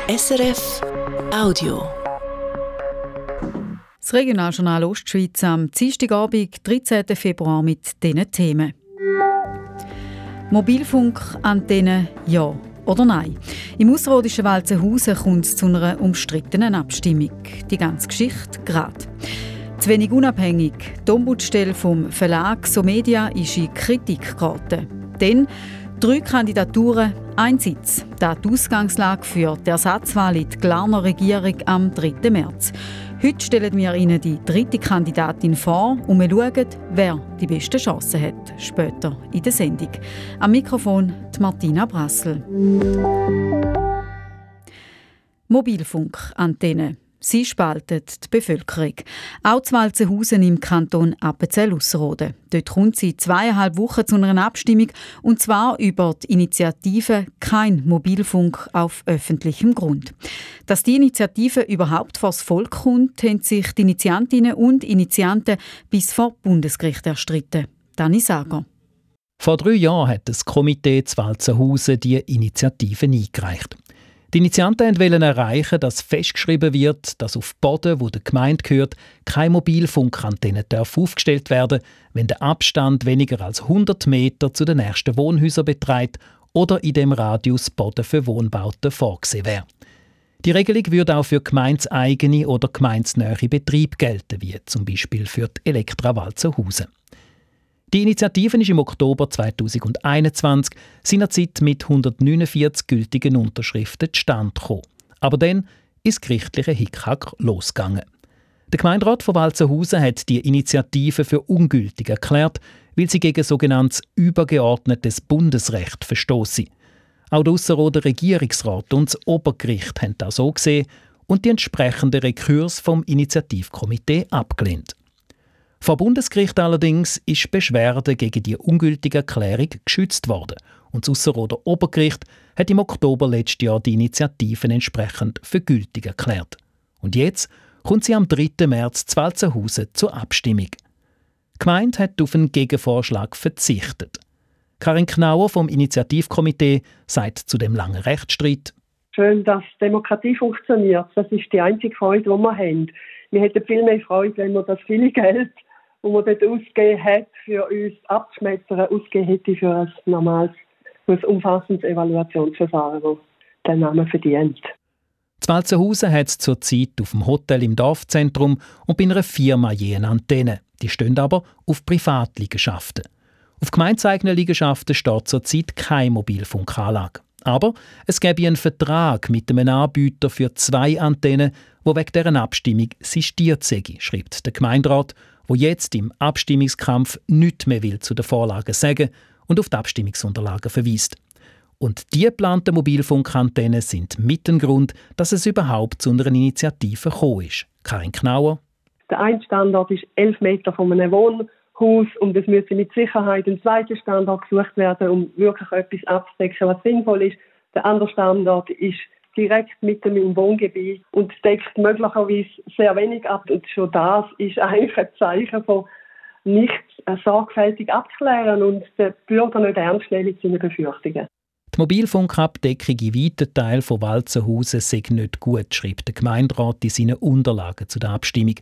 SRF Audio. Das Regionaljournal Ostschweiz am Dienstagabend, 13. Februar mit diesen Themen. Mobilfunkantennen ja oder nein? Im ausserrhodischen Walzenhausen kommt es zu einer umstrittenen Abstimmung. Die ganze Geschichte gerade. Zu wenig unabhängig. Die Ombudsstelle vom Verlag SoMedia ist in Kritik geraten. Dann 3 Kandidaturen, 1 Sitz. Das ist die Ausgangslage für die Ersatzwahl in die Glarner Regierung am 3. März. Heute stellen wir Ihnen die 3. Kandidatin vor und wir schauen, wer die besten Chancen hat. Später in der Sendung. Am Mikrofon die Martina Brassel. Mobilfunkantenne. Sie spalten die Bevölkerung. Auch zu Walzenhausen im Kanton Appenzell-Ausserrhoden. Dort kommt sie in 2,5 Wochen zu einer Abstimmung, und zwar über die Initiative «Kein Mobilfunk auf öffentlichem Grund». Dass die Initiative überhaupt vors Volk kommt, haben sich die Initiantinnen und Initianten bis vor Bundesgericht erstritten. Dani Sager. Vor 3 Jahren hat das Komitee zu Walzenhausen die Initiative eingereicht. Die Initianten wollten erreichen, dass festgeschrieben wird, dass auf Boden, wo der Gemeinde gehört, keine Mobilfunkantenne aufgestellt werden darf, wenn der Abstand weniger als 100 Meter zu den nächsten Wohnhäusern beträgt oder in dem Radius Boden für Wohnbauten vorgesehen wäre. Die Regelung würde auch für gemeindeeigene oder gemeindenähe Betriebe gelten, wie zum Beispiel für die Elektra Walzenhausen. Die Initiative ist im Oktober 2021 seinerzeit mit 149 gültigen Unterschriften zustande gekommen. Aber dann ist das gerichtliche Hickhack losgegangen. Der Gemeinderat von Walzenhausen hat die Initiative für ungültig erklärt, weil sie gegen sogenanntes übergeordnetes Bundesrecht verstosse. Auch der Ausserrhoder Regierungsrat und das Obergericht haben das so gesehen und die entsprechenden Rekurs vom Initiativkomitee abgelehnt. Vor Bundesgericht allerdings ist die Beschwerde gegen die ungültige Erklärung geschützt worden und das Ausserrhoder Obergericht hat im Oktober letzten Jahr die Initiativen entsprechend für gültig erklärt. Und jetzt kommt sie am 3. März zu Walzenhausen zur Abstimmung. Die Gemeinde hat auf einen Gegenvorschlag verzichtet. Karin Knauer vom Initiativkomitee sagt zu dem langen Rechtsstreit: Schön, dass Demokratie funktioniert. Das ist die einzige Freude, die wir haben. Wir hätten viel mehr Freude, wenn wir das viele Geld, das man dort ausgegeben hat, für uns abzuschmettern, ausgegeben hätte für ein normales, für ein umfassendes Evaluationsverfahren, das den Namen verdient. In Walzenhausen hat es zurzeit auf dem Hotel im Dorfzentrum und bei einer Firma je eine Antenne. Die stehen aber auf Privatliegenschaften. Auf gemeindeeigenen Liegenschaften steht zurzeit keine Mobilfunkanlage. Aber es gäbe einen Vertrag mit einem Anbieter für 2 Antennen, wo wegen dieser Abstimmung sistiert sei, schreibt der Gemeinderat, wo jetzt im Abstimmungskampf nichts mehr will zu den Vorlagen sagen und auf die Abstimmungsunterlagen verweist. Und die geplanten Mobilfunkantennen sind mit dem Grund, dass es überhaupt zu einer Initiative gekommen ist. Karin Knauer. Der eine Standort ist 11 Meter von einem Wohnhaus und es müsste mit Sicherheit ein zweiter Standort gesucht werden, um wirklich etwas abzudecken, was sinnvoll ist. Der andere Standort ist direkt mitten im Wohngebiet und deckt möglicherweise sehr wenig ab. Und schon das ist eigentlich ein Zeichen von nicht sorgfältig abklären und den Bürger nicht ernst nehmen mit seinen Befürchtungen. Die Mobilfunkabdeckung in weiten Teilen von Walzenhausen sei nicht gut, schreibt der Gemeinderat in seinen Unterlagen zu der Abstimmung.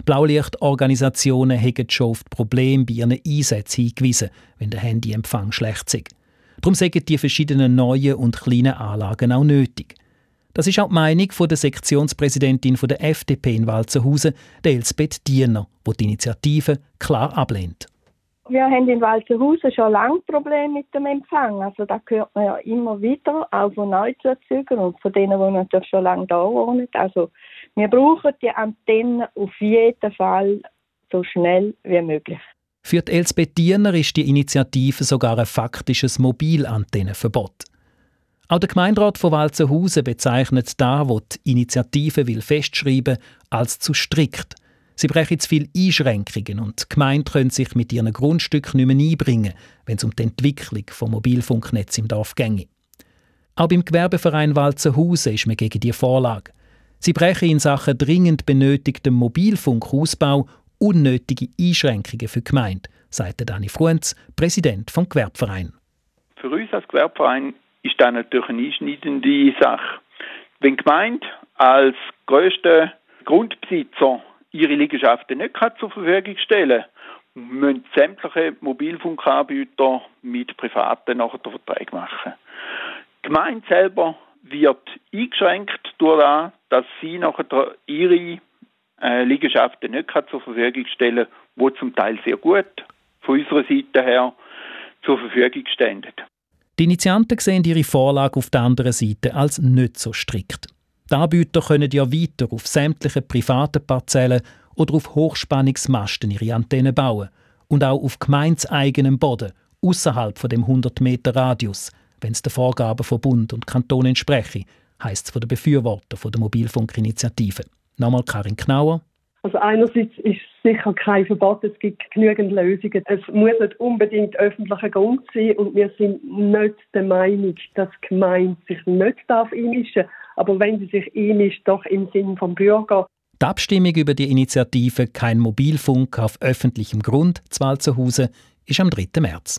Blaulichtorganisationen haben schon auf die Probleme bei ihren Einsätzen hingewiesen, wenn der Handyempfang schlecht sei. Darum sind die verschiedenen neuen und kleinen Anlagen auch nötig. Das ist auch die Meinung von der Sektionspräsidentin der FDP in Walzenhausen, Elsbeth Diener, die die Initiative klar ablehnt. Wir haben in Walzenhausen schon lange Probleme mit dem Empfang. Also da hört man ja immer wieder, auch von Neuzuzügern und von denen, die natürlich schon lange da wohnen. Also wir brauchen die Antennen auf jeden Fall so schnell wie möglich. Für die Elsbeth Diener ist die Initiative sogar ein faktisches Mobilantennenverbot. Auch der Gemeinderat von Walzenhausen bezeichnet das, was die Initiative festschreiben will, als zu strikt. Sie brechen zu viele Einschränkungen und die Gemeinde können sich mit ihren Grundstücken nicht mehr einbringen, wenn es um die Entwicklung des Mobilfunknetzes im Dorf ginge. Auch beim Gewerbeverein Walzenhausen ist man gegen diese Vorlage. Sie brechen in Sachen dringend benötigtem Mobilfunkausbau unnötige Einschränkungen für die Gemeinde, sagte Dani Fruenz, Präsident des Gewerbevereins. Für uns als Gewerbeverein ist das natürlich eine einschneidende Sache. Wenn die Gemeinde als grösster Grundbesitzer ihre Liegenschaften nicht zur Verfügung stellen kann, müssen sämtliche Mobilfunkanbieter mit Privaten nachher den Vertrag machen. Die Gemeinde selber wird eingeschränkt durch das, dass sie nachher ihre Liegenschaften nicht zur Verfügung stellen kann, die zum Teil sehr gut von unserer Seite her zur Verfügung stehen. Die Initianten sehen ihre Vorlage auf der anderen Seite als nicht so strikt. Die Anbieter können ja weiter auf sämtlichen privaten Parzellen oder auf Hochspannungsmasten ihre Antennen bauen und auch auf gemeindeeigenem Boden, außerhalb von dem 100-Meter-Radius, wenn es den Vorgaben von Bund und Kanton entspreche, heisst es von den Befürwortern der Mobilfunkinitiative. Nochmal Karin Knauer. Also einerseits ist sicher kein Verbot, es gibt genügend Lösungen. Es muss nicht unbedingt öffentlicher Grund sein und wir sind nicht der Meinung, dass die Gemeinde sich nicht einmischen darf. Aber wenn sie sich einmischt, doch im Sinne des Bürgers. Die Abstimmung über die Initiative «Kein Mobilfunk auf öffentlichem Grund» zu Walzenhausen ist am 3. März.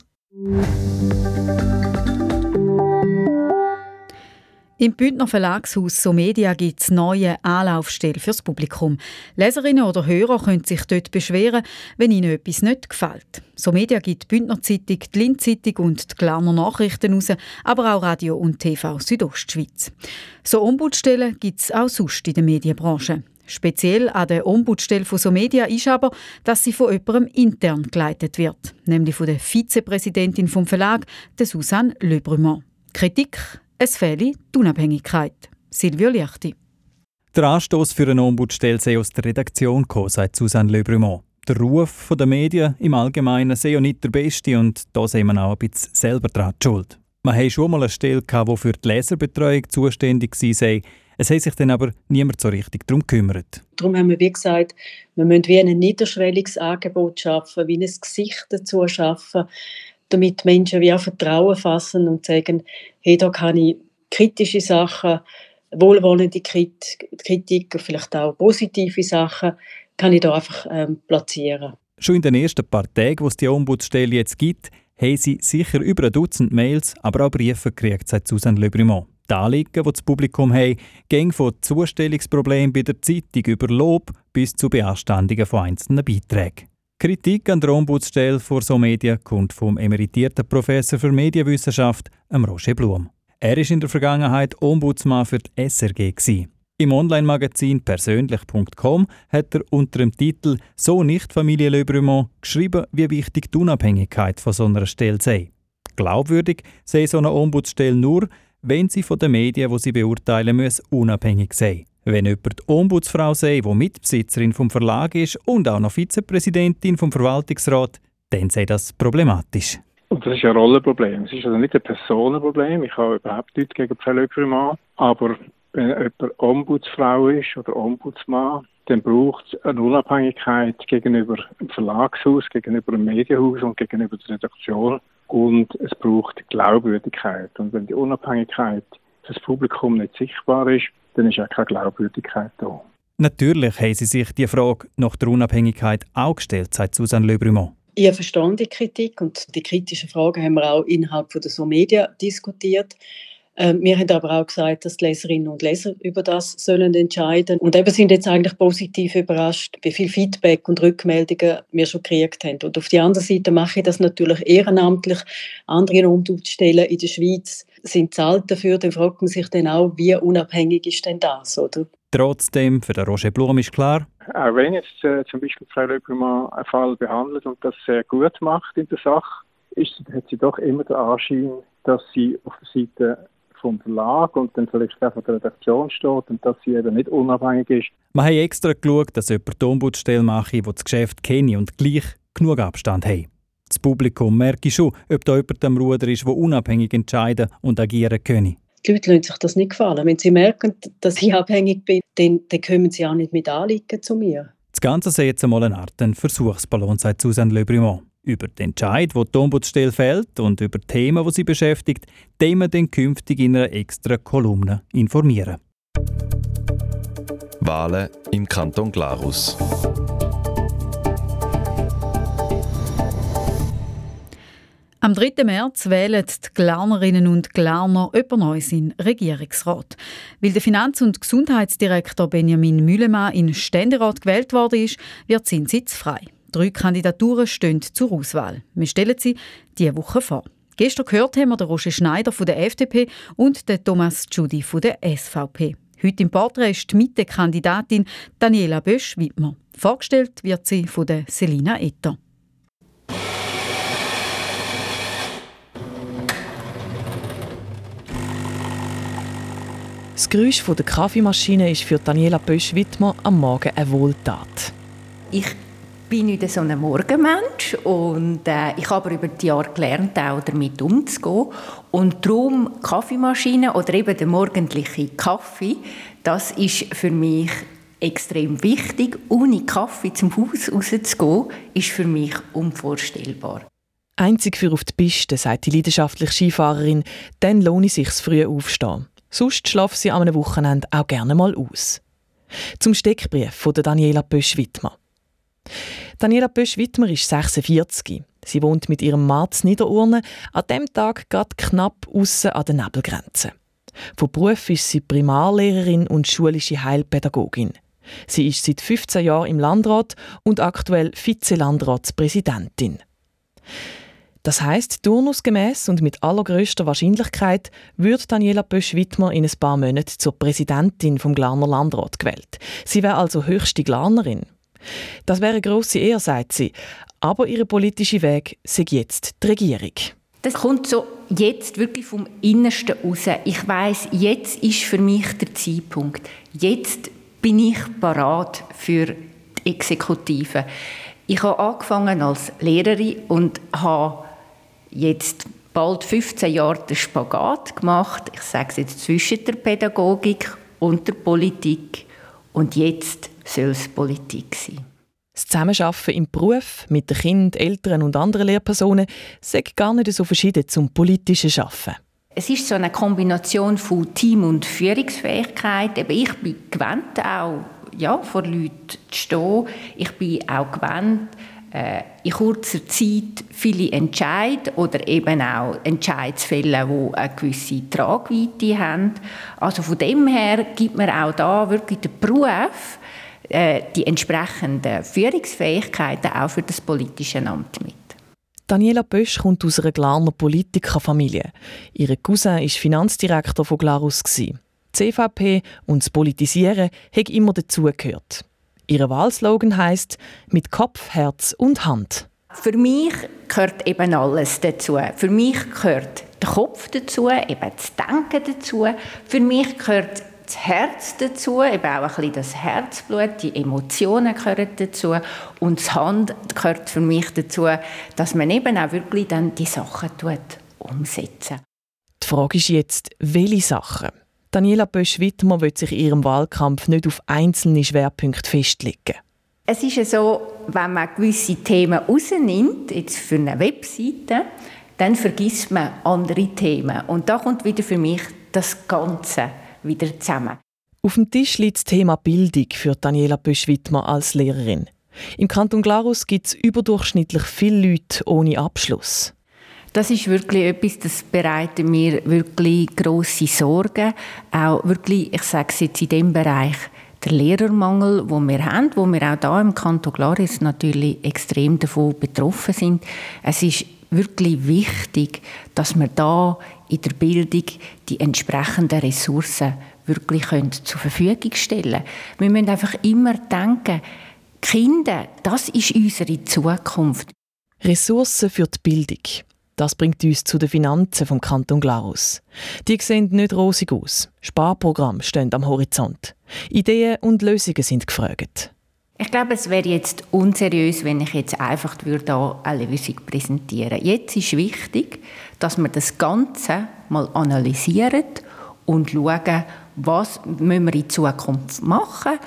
Im Bündner Verlagshaus SoMedia gibt es neue Anlaufstellen fürs Publikum. Leserinnen oder Hörer können sich dort beschweren, wenn ihnen etwas nicht gefällt. SoMedia gibt die Bündner Zeitung, die Linz-Zeitung und die Glarner Nachrichten raus, aber auch Radio und TV Südostschweiz. So Ombudsstellen gibt es auch sonst in der Medienbranche. Speziell an der Ombudsstelle von SoMedia ist aber, dass sie von jemandem intern geleitet wird, nämlich von der Vizepräsidentin vom Verlag, der Susanne Le Brumont. Kritik: es fehle die Unabhängigkeit. Silvio Liechti. Der Anstoss für eine Ombudsstelle sei aus der Redaktion gekommen, sagt Susanne Le Brumont. Der Ruf der Medien im Allgemeinen sei ja nicht der beste und da sei man auch ein bisschen selber daran schuld. Man hatte schon mal eine Stelle, die für die Leserbetreuung zuständig war. Es hat sich dann aber niemand so richtig darum gekümmert. Darum haben wir wie gesagt, wir müssen wie ein niederschwelliges Angebot schaffen, wie ein Gesicht dazu schaffen, damit Menschen wie auch Vertrauen fassen und sagen, hey, da kann ich kritische Sachen, wohlwollende Kritik, vielleicht auch positive Sachen, kann ich da einfach platzieren. Schon in den ersten paar Tagen, wo es die Ombudsstelle jetzt gibt, haben sie sicher über ein Dutzend Mails, aber auch Briefe gekriegt, sagt Susanne Le Brumont. Die Anliegen, die das Publikum hat, gehen von Zustellungsproblemen bei der Zeitung über Lob bis zu Beanstandungen von einzelnen Beiträgen. Kritik an der Ombudsstelle vor SoMedia kommt vom emeritierten Professor für Medienwissenschaft, Roger Blum. Er war in der Vergangenheit Ombudsmann für die SRG. Im Online-Magazin persönlich.com hat er unter dem Titel «So nicht Familie Le Brumont» geschrieben, wie wichtig die Unabhängigkeit von so einer Stelle sei. Glaubwürdig sei so eine Ombudsstelle nur, wenn sie von den Medien, die sie beurteilen müssen, unabhängig sei. Wenn jemand die Ombudsfrau sei, die Mitbesitzerin vom Verlag ist und auch noch Vizepräsidentin vom Verwaltungsrat, dann sei das problematisch. Und das ist ein Rollenproblem. Es ist also nicht ein Personenproblem. Ich habe überhaupt nichts gegen Frau Le Brumont. Aber wenn jemand Ombudsfrau ist oder Ombudsmann, dann braucht es eine Unabhängigkeit gegenüber dem Verlagshaus, gegenüber dem Medienhaus und gegenüber der Redaktion. Und es braucht Glaubwürdigkeit. Und wenn die Unabhängigkeit für das Publikum nicht sichtbar ist, dann ist auch keine Glaubwürdigkeit da. Natürlich haben sie sich die Frage nach der Unabhängigkeit auch gestellt, sagt Susanne Le Brumont. Ich verstehe die Kritik und die kritischen Fragen haben wir auch innerhalb von der SoMedia diskutiert. Wir haben aber auch gesagt, dass die Leserinnen und Leser über das sollen entscheiden. Und eben sind jetzt eigentlich positiv überrascht, wie viel Feedback und Rückmeldungen wir schon gekriegt haben. Und auf der anderen Seite mache ich das natürlich ehrenamtlich. Andere Ombudsstellen in der Schweiz sind zahlt dafür. Dann fragt man sich dann auch, wie unabhängig ist denn das, oder? Trotzdem, für den Roger Blum ist klar, auch wenn jetzt zum Beispiel Frau Le Brumont einen Fall behandelt und das sehr gut macht in der Sache, hat sie doch immer den Anschein, dass sie auf der Seite vom Verlag und dann vielleicht auch von der Redaktion steht und dass sie eben nicht unabhängig ist. Man hat extra geschaut, dass jemand die Ombudsstelle mache, der das Geschäft kenne und gleich genug Abstand hat. Das Publikum merke schon, ob da jemand am Ruder ist, der unabhängig entscheiden und agieren könne. Die Leute lassen sich das nicht gefallen. Wenn sie merken, dass ich abhängig bin, dann kommen sie auch nicht mit Anliegen zu mir. Das Ganze sei jetzt einmal eine Art Versuchsballon, sagt Susanne Le Brumont. Über den Entscheid, wo die Ombudsstelle fällt und über Themen, die sie beschäftigt, den wir dann künftig in einer extra Kolumne informieren. Wahlen im Kanton Glarus. Am 3. März wählen die Glarnerinnen und Glarner jemand Neues in den Regierungsrat. Weil der Finanz- und Gesundheitsdirektor Benjamin Mühlemann in den Ständerat gewählt worden ist, wird sein Sitz frei. 3 Kandidaturen stehen zur Auswahl. Wir stellen sie diese Woche vor. Gestern gehört haben wir den Roger Schneider von der FDP und den Thomas Tschudi von der SVP. Heute im Porträt ist die Mitte-Kandidatin Daniela Bösch-Wittmer. Vorgestellt wird sie von der Selina Etter. Das Geräusch der Kaffeemaschine ist für Daniela Bösch-Wittmer am Morgen eine Wohltat. Ich bin nicht so ein Morgenmensch und ich habe aber über die Jahre gelernt, auch damit umzugehen. Und darum Kaffeemaschine oder eben der morgendliche Kaffee, das ist für mich extrem wichtig. Ohne Kaffee zum Haus rauszugehen, ist für mich unvorstellbar. Einzig für auf die Piste, sagt die leidenschaftliche Skifahrerin, dann lohnt es sich, früh aufstehen. Sonst schlaft sie am Wochenende auch gerne mal aus. Zum Steckbrief von Daniela Bösch-Wittmer. Daniela Bösch-Wittmer ist 46. Sie wohnt mit ihrem Mann in Niederurne, an diesem Tag gerade knapp aussen an der Nebelgrenze. Von Beruf ist sie Primarlehrerin und schulische Heilpädagogin. Sie ist seit 15 Jahren im Landrat und aktuell Vize-Landratspräsidentin. Das heisst, turnusgemäss und mit allergrößter Wahrscheinlichkeit wird Daniela Bösch-Wittmer in ein paar Monaten zur Präsidentin vom Glarner Landrat gewählt. Sie wäre also höchste Glarnerin. Das wäre eine grosse Ehre, sagt sie. Aber ihr politischer Weg sei jetzt die Regierung. Das kommt so jetzt wirklich vom Innersten raus. Ich weiss, jetzt ist für mich der Zeitpunkt. Jetzt bin ich parat für die Exekutive. Ich habe angefangen als Lehrerin und habe jetzt bald 15 Jahre den Spagat gemacht. Ich sage es jetzt zwischen der Pädagogik und der Politik. Und jetzt soll es Politik sein. Das Zusammenarbeiten im Beruf mit den Kindern, Eltern und anderen Lehrpersonen sei gar nicht so verschieden zum politischen Arbeiten. Es ist so eine Kombination von Team- und Führungsfähigkeit. Ich bin gewöhnt, auch vor Leuten zu stehen. Ich bin auch gewöhnt, in kurzer Zeit viele Entscheide oder eben auch Entscheide zu fällen, die eine gewisse Tragweite haben. Also von dem her gibt mir auch da wirklich der Beruf die entsprechenden Führungsfähigkeiten auch für das politische Amt mit. Daniela Bösch kommt aus einer Glarner Politikerfamilie. Ihr Cousin war Finanzdirektor von Glarus. Die CVP und das Politisieren haben immer dazugehört. Ihr Wahlslogan heisst «Mit Kopf, Herz und Hand». Für mich gehört eben alles dazu. Für mich gehört der Kopf dazu, eben das Denken dazu. Für mich gehört das Herz dazu, eben auch ein bisschen das Herzblut, die Emotionen gehören dazu. Und das Hand gehört für mich dazu, dass man eben auch wirklich dann die Sachen umsetzen. Die Frage ist jetzt, welche Sachen? Daniela Bösch-Wittmer will sich in ihrem Wahlkampf nicht auf einzelne Schwerpunkte festlegen. Es ist ja so, wenn man gewisse Themen rausnimmt, jetzt für eine Webseite, dann vergisst man andere Themen. Und da kommt wieder für mich das Ganze wieder zusammen. Auf dem Tisch liegt das Thema Bildung für Daniela Bösch-Wittmer als Lehrerin. Im Kanton Glarus gibt es überdurchschnittlich viele Leute ohne Abschluss. Das ist wirklich etwas, das bereitet mir wirklich grosse Sorgen. Auch wirklich, ich sage es jetzt in dem Bereich, der Lehrermangel, den wir haben, wo wir auch hier im Kanton Glarus natürlich extrem davon betroffen sind. Es ist wirklich wichtig, dass wir da in der Bildung die entsprechenden Ressourcen wirklich zur Verfügung stellen können. Wir müssen einfach immer denken, Kinder, das ist unsere Zukunft. Ressourcen für die Bildung. Das bringt uns zu den Finanzen vom Kanton Glarus. Die sehen nicht rosig aus. Sparprogramme stehen am Horizont. Ideen und Lösungen sind gefragt. Ich glaube, es wäre jetzt unseriös, wenn ich jetzt einfach hier eine Lösung präsentieren würde. Jetzt ist wichtig, dass wir das Ganze mal analysieren und schauen, was müssen wir in Zukunft machen,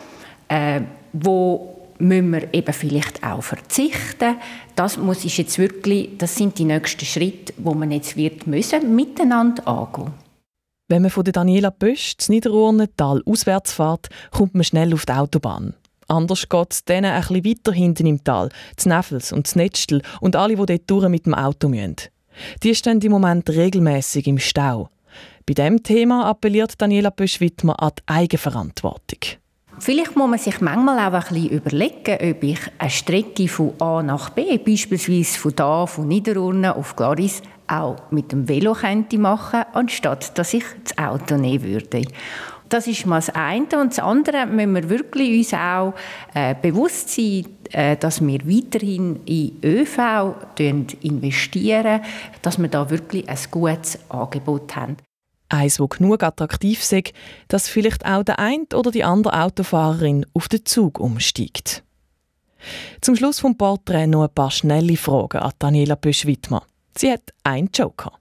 wo müssen wir eben vielleicht auch verzichten. Das sind die nächsten Schritte, die man jetzt miteinander angehen müssen. Wenn man von der Daniela Bösch zu Niederurne Tal auswärts fährt, kommt man schnell auf die Autobahn. Anders geht es denen ein bisschen weiter hinten im Tal, zu Neffels und zu Netzstel und alle, die dort durch mit dem Auto müssen. Die stehen im Moment regelmäßig im Stau. Bei diesem Thema appelliert Daniela Bösch-Wittmer an die Eigenverantwortung. Vielleicht muss man sich manchmal auch ein bisschen überlegen, ob ich eine Strecke von A nach B, beispielsweise von Niederurne auf Glaris, auch mit dem Velo könnte machen, anstatt dass ich das Auto nehmen würde. Das ist mal das eine. Und das andere müssen wir wirklich uns auch bewusst sein, dass wir weiterhin in ÖV investieren, dass wir da wirklich ein gutes Angebot haben. Eins, das genug attraktiv ist, dass vielleicht auch der eine oder die andere Autofahrerin auf den Zug umsteigt. Zum Schluss des Porträts noch ein paar schnelle Fragen an Daniela Bösch-Wittmer. Sie hat einen Joker.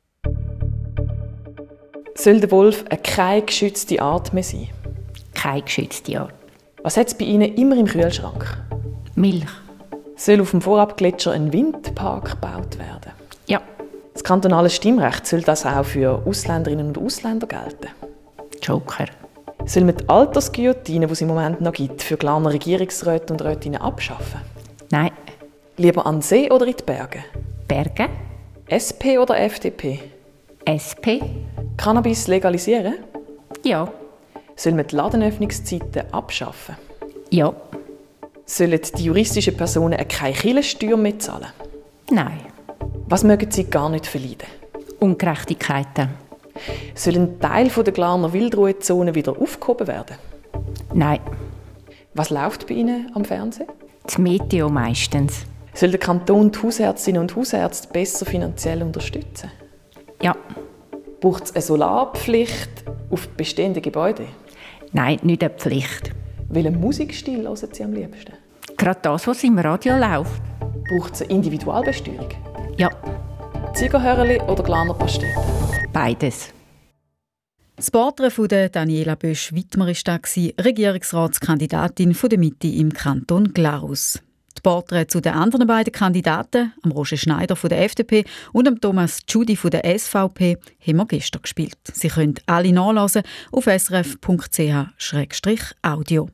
Soll der Wolf keine geschützte Art mehr sein? Keine geschützte Art. Was hat es bei Ihnen immer im Kühlschrank? Milch. Soll auf dem Vorabgletscher ein Windpark gebaut werden? Ja. Das kantonale Stimmrecht, soll das auch für Ausländerinnen und Ausländer gelten? Joker. Soll man die Altersguillotine, die es im Moment noch gibt, für Glarner Regierungsräte und Rätinnen abschaffen? Nein. Lieber an den See oder in die Berge? Berge. SP oder FDP? SP. Cannabis legalisieren? Ja. Soll man die Ladenöffnungszeiten abschaffen? Ja. Sollen die juristischen Personen keine Kirchensteuer mehr zahlen? Nein. Was mögen Sie gar nicht verleiden? Ungerechtigkeiten. Soll ein Teil der Glarner Wildruhezone wieder aufgehoben werden? Nein. Was läuft bei Ihnen am Fernsehen? Das Meteo meistens. Soll der Kanton die Hausärztinnen und Hausärzte besser finanziell unterstützen? Ja. Braucht es eine Solarpflicht auf bestehende Gebäude? Nein, nicht eine Pflicht. Welchen Musikstil hören Sie am liebsten? Gerade das, was im Radio läuft. Braucht es eine Individualbesteuerung? Ja. Ziegerhörnli oder Glarner Pastete? Beides. Das Porträt von Daniela Bösch-Wittmer war Regierungsratskandidatin von der Mitte im Kanton Glarus. Die Porträts zu den anderen beiden Kandidaten, am Roger Schneider von der FDP und am Thomas Tschudi von der SVP, haben wir gestern gespielt. Sie können alle nachlesen auf srf.ch/audio.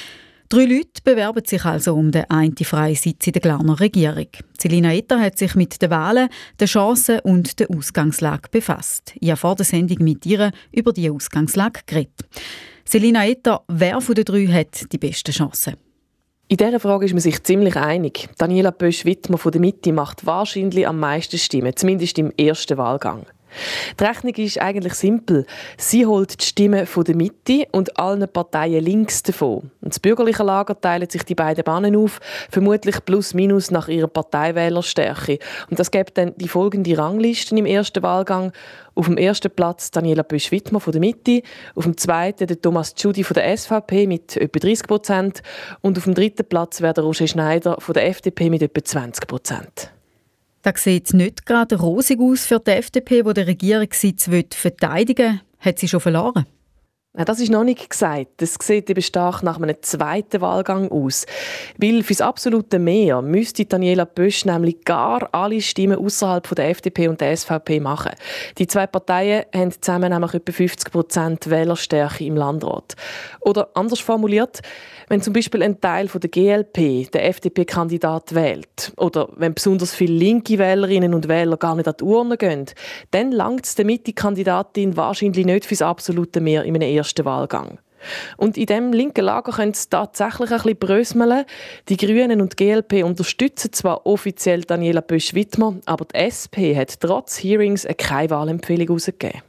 3 Leute bewerben sich also um den einen freien Sitz in der Glarner Regierung. Selina Etter hat sich mit den Wahlen, den Chancen und der Ausgangslage befasst. Ich habe vor der Sendung mit ihr über diese Ausgangslage geredet. Selina Etter, wer von den 3 hat die besten Chancen? In dieser Frage ist man sich ziemlich einig. Daniela Bösch-Wittmer von der Mitte macht wahrscheinlich am meisten Stimmen, zumindest im ersten Wahlgang. Die Rechnung ist eigentlich simpel. Sie holt die Stimmen von der Mitte und allen Parteien links davon. Und das bürgerliche Lager teilen sich die beiden Bahnen auf, vermutlich plus minus nach ihrer Parteiwählerstärke. Und das gibt dann die folgende Ranglisten im ersten Wahlgang. Auf dem ersten Platz Daniela Bösch-Wittmer von der Mitte, auf dem zweiten der Thomas Tschudi von der SVP mit etwa 30% und auf dem dritten Platz wäre der Roger Schneider von der FDP mit etwa 20%. Das sieht nicht gerade rosig aus für die FDP, die den Regierungssitz verteidigen will. Hat sie schon verloren? Das ist noch nicht gesagt. Das sieht eben stark nach einem zweiten Wahlgang aus. Weil für das absolute Mehr müsste Daniela Bösch nämlich gar alle Stimmen außerhalb der FDP und der SVP machen. Die 2 Parteien haben zusammen nämlich etwa 50% Wählerstärke im Landrat. Oder anders formuliert, wenn zum Beispiel ein Teil der GLP den FDP-Kandidat wählt oder wenn besonders viele linke Wählerinnen und Wähler gar nicht an die Urne gehen, dann langt es der Mitte-Kandidatin wahrscheinlich nicht für das absolute Mehr in einem ersten Wahlgang. Und in diesem linken Lager können es tatsächlich ein bisschen brösmeln. Die Grünen und die GLP unterstützen zwar offiziell Daniela Bösch-Wittmer, aber die SP hat trotz Hearings keine Wahlempfehlung herausgegeben.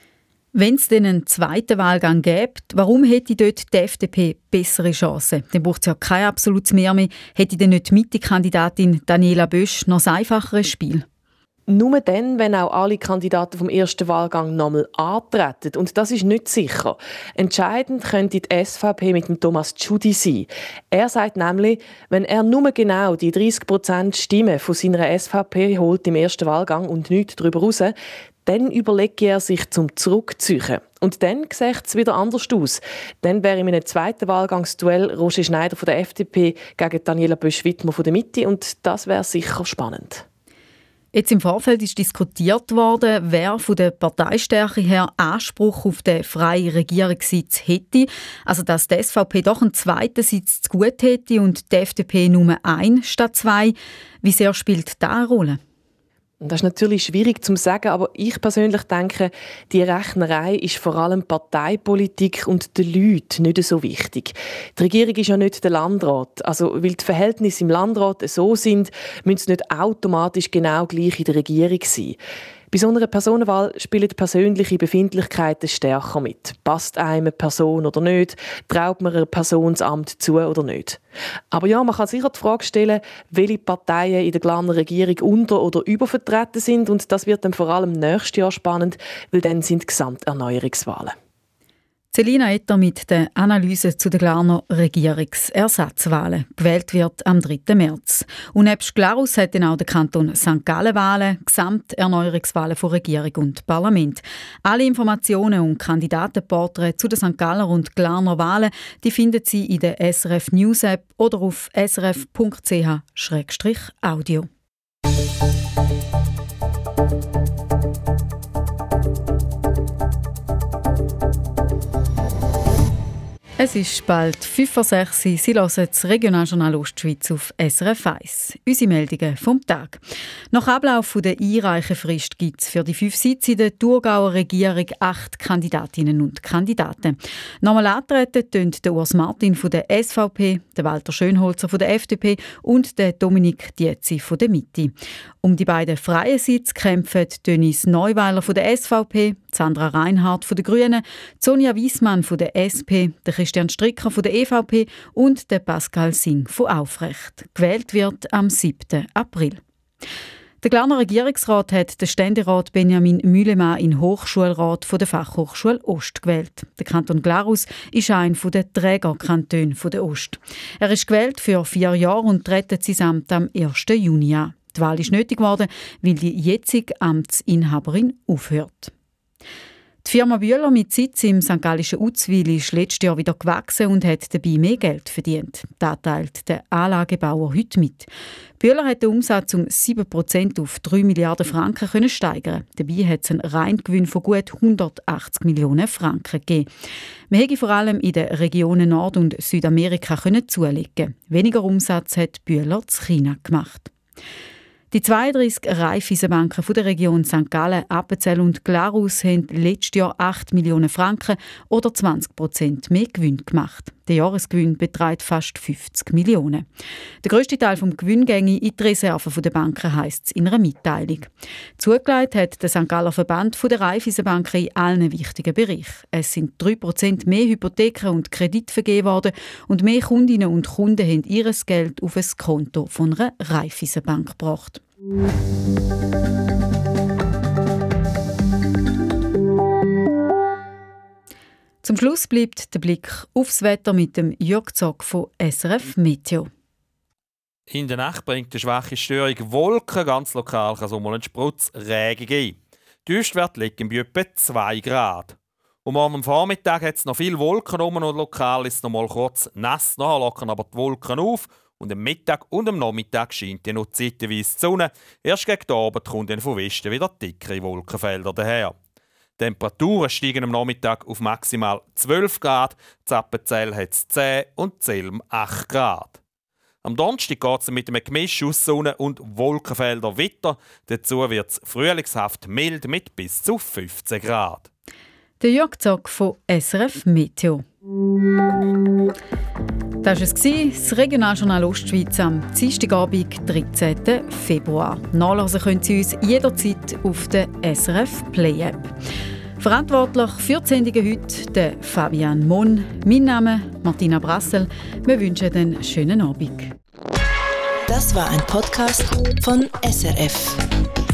Wenn es dann einen zweiten Wahlgang gäbe, warum hätte dort die FDP bessere Chancen? Dann braucht es ja kein absolutes Mehr mehr. Hätte dann nicht die Mitte-Kandidatin Daniela Bösch noch ein einfacheres Spiel? Nur dann, wenn auch alle Kandidaten vom ersten Wahlgang nochmal antreten. Und das ist nicht sicher. Entscheidend könnte die SVP mit dem Thomas Tschudi sein. Er sagt nämlich, wenn er nur genau die 30% Stimmen von seiner SVP holt im ersten Wahlgang und nichts darüber raus, dann überlege er sich zum Zurückziehen. Und dann sieht es wieder anders aus. Dann wäre in einem zweiten Wahlgangsduell Roger Schneider von der FDP gegen Daniela Bösch-Wittmer von der Mitte und das wäre sicher spannend. Jetzt im Vorfeld ist diskutiert worden, wer von der Parteistärke her Anspruch auf den freien Regierungssitz hätte. Also dass die SVP doch einen zweiten Sitz zu gut hätte und die FDP nur 1 statt 2. Wie sehr spielt das eine Rolle? Das ist natürlich schwierig zu sagen, aber ich persönlich denke, die Rechnerei ist vor allem Parteipolitik und den Leuten nicht so wichtig. Die Regierung ist ja nicht der Landrat. Also, weil die Verhältnisse im Landrat so sind, müssen sie nicht automatisch genau gleich in der Regierung sein. Bei so einer Personenwahl spielen persönliche Befindlichkeiten stärker mit. Passt einem eine Person oder nicht? Traut man einer Person das Amt zu oder nicht? Aber ja, man kann sicher die Frage stellen, welche Parteien in der Glarner Regierung unter- oder übervertreten sind. Und das wird dann vor allem nächstes Jahr spannend, weil dann sind Gesamterneuerungswahlen. Selina Etter mit der Analyse zu den Glarner Regierungsersatzwahlen. Gewählt wird am 3. März. Und nebst Glarus hat dann auch der Kanton St. Gallen Wahlen, Gesamterneuerungswahlen von Regierung und Parlament. Alle Informationen und Kandidatenporträts zu den St. Galler und Glarner Wahlen die finden Sie in der SRF News App oder auf srf.ch/audio. Es ist bald 5:06 Uhr. Sie hören das Regionaljournal Ostschweiz auf SRF 1. Unsere Meldungen vom Tag. Nach Ablauf der Einreichefrist gibt es für die 5 Sitze in der Thurgauer Regierung 8 Kandidatinnen und Kandidaten. Nochmal antreten tun der Urs Martin von der SVP, der Walter Schönholzer von der FDP und der Dominik Dietzi von der Mitte. Um die beiden freien Sitze kämpfen Denise Neuweiler von der SVP, Sandra Reinhardt von den Grünen, Sonja Wiesmann von der SP, der Christian Stricker von der EVP und der Pascal Singh von Aufrecht. Gewählt wird am 7. April. Der Glarner Regierungsrat hat den Ständerat Benjamin Mühlemann in Hochschulrat von der Fachhochschule Ost gewählt. Der Kanton Glarus ist einer der Trägerkantone der Ost. Er ist gewählt für 4 Jahre und tritt sein Amt am 1. Juni an. Die Wahl ist nötig geworden, weil die jetzige Amtsinhaberin aufhört. Die Firma Bühler mit Sitz im st. Gallischen Uzwil ist letztes Jahr wieder gewachsen und hat dabei mehr Geld verdient. Das teilt der Anlagebauer heute mit. Bühler hat den Umsatz um 7% auf 3 Milliarden Franken können steigern. Dabei hat es einen Reingewinn von gut 180 Millionen Franken gegeben. Man hätte vor allem in den Regionen Nord- und Südamerika zulegen. Weniger Umsatz hat Bühler in China gemacht. Die 32 Raiffeisenbanken der Region St. Gallen, Appenzell und Glarus haben letztes Jahr 8 Millionen Franken oder 20% mehr Gewinn gemacht. Der Jahresgewinn beträgt fast 50 Millionen. Der grösste Teil des Gewinns ginge in die Reserven der Banken, heisst es in einer Mitteilung. Zugelegt hat der St. Galler Verband der Raiffeisenbanken in allen wichtigen Bereichen. Es sind 3% mehr Hypotheken und Kredite vergeben worden und mehr Kundinnen und Kunden haben ihr Geld auf ein Konto von einer Raiffeisenbank gebracht. Zum Schluss bleibt der Blick aufs Wetter mit dem Jörg Zock von SRF Meteo. In der Nacht bringt eine schwache Störung Wolken, ganz lokal kann es mal einen Sprutz Regen geben. Die Höchstwerte liegen bei etwa 2 Grad. Und morgen am Vormittag hat es noch viele Wolken rum und lokal ist es noch mal kurz nass. Nachher lockern aber die Wolken auf und am Mittag und am Nachmittag scheint noch zeitweise die Sonne. Erst gegen Abend kommt dann von Westen wieder dickere Wolkenfelder daher. Die Temperaturen steigen am Nachmittag auf maximal 12 Grad, in Appenzell hat es 10 und Zelm 8 Grad. Am Donnerstag geht es mit einem Gemisch aus Sonne und Wolkenfelder weiter. Dazu wird es frühlingshaft mild mit bis zu 15 Grad. Der Jörg Zock von SRF Meteo. Das war das Regionaljournal Ostschweiz am Dienstagabend, 13. Februar. Nachlesen können Sie uns jederzeit auf der SRF Play App. Verantwortlich für die Sendungen heute der Fabian Mon. Mein Name Martina Brassel. Wir wünschen einen schönen Abend. Das war ein Podcast von SRF.